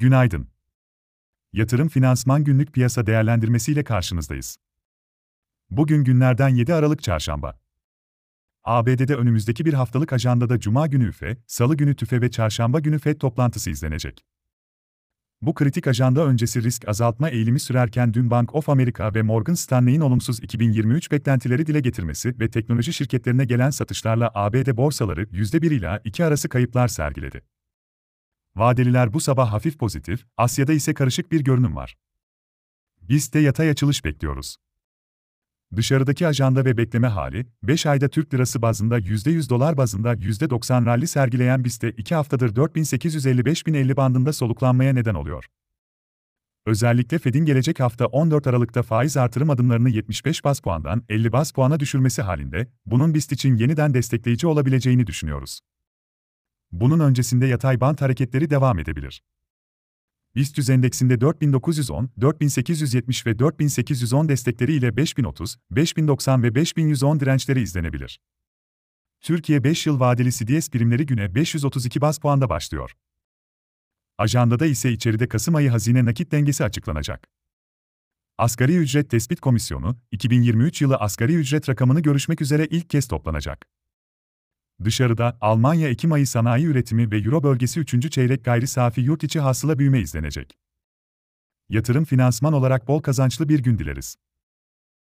Günaydın. Yatırım Finansman Günlük Piyasa Değerlendirmesi ile karşınızdayız. Bugün günlerden 7 Aralık Çarşamba. ABD'de önümüzdeki bir haftalık ajandada Cuma günü üfe, Salı günü tüfe ve Çarşamba günü FED toplantısı izlenecek. Bu kritik ajanda öncesi risk azaltma eğilimi sürerken dün Bank of America ve Morgan Stanley'in olumsuz 2023 beklentileri dile getirmesi ve teknoloji şirketlerine gelen satışlarla ABD borsaları %1 ila 2 arası kayıplar sergiledi. Vadeliler bu sabah hafif pozitif, Asya'da ise karışık bir görünüm var. Biz de yatay açılış bekliyoruz. Dışarıdaki ajanda ve bekleme hali, 5 ayda Türk lirası bazında %100 dolar bazında %90 rally sergileyen BIST 2 haftadır 4855.050 bandında soluklanmaya neden oluyor. Özellikle Fed'in gelecek hafta 14 Aralık'ta faiz artırım adımlarını 75 baz puandan 50 baz puana düşürmesi halinde, bunun BIST için yeniden destekleyici olabileceğini düşünüyoruz. Bunun öncesinde yatay bant hareketleri devam edebilir. BIST endeksinde 4910, 4870 ve 4810 destekleri ile 5030, 5090 ve 5110 dirençleri izlenebilir. Türkiye 5 yıl vadeli CDS primleri güne 532 baz puanda başlıyor. Ajandada ise içeride Kasım ayı hazine nakit dengesi açıklanacak. Asgari Ücret Tespit Komisyonu, 2023 yılı asgari ücret rakamını görüşmek üzere ilk kez toplanacak. Dışarıda, Almanya Ekim ayı sanayi üretimi ve Euro bölgesi 3. çeyrek gayri safi yurt içi hasıla büyüme izlenecek. Yatırım finansman olarak bol kazançlı bir gün dileriz.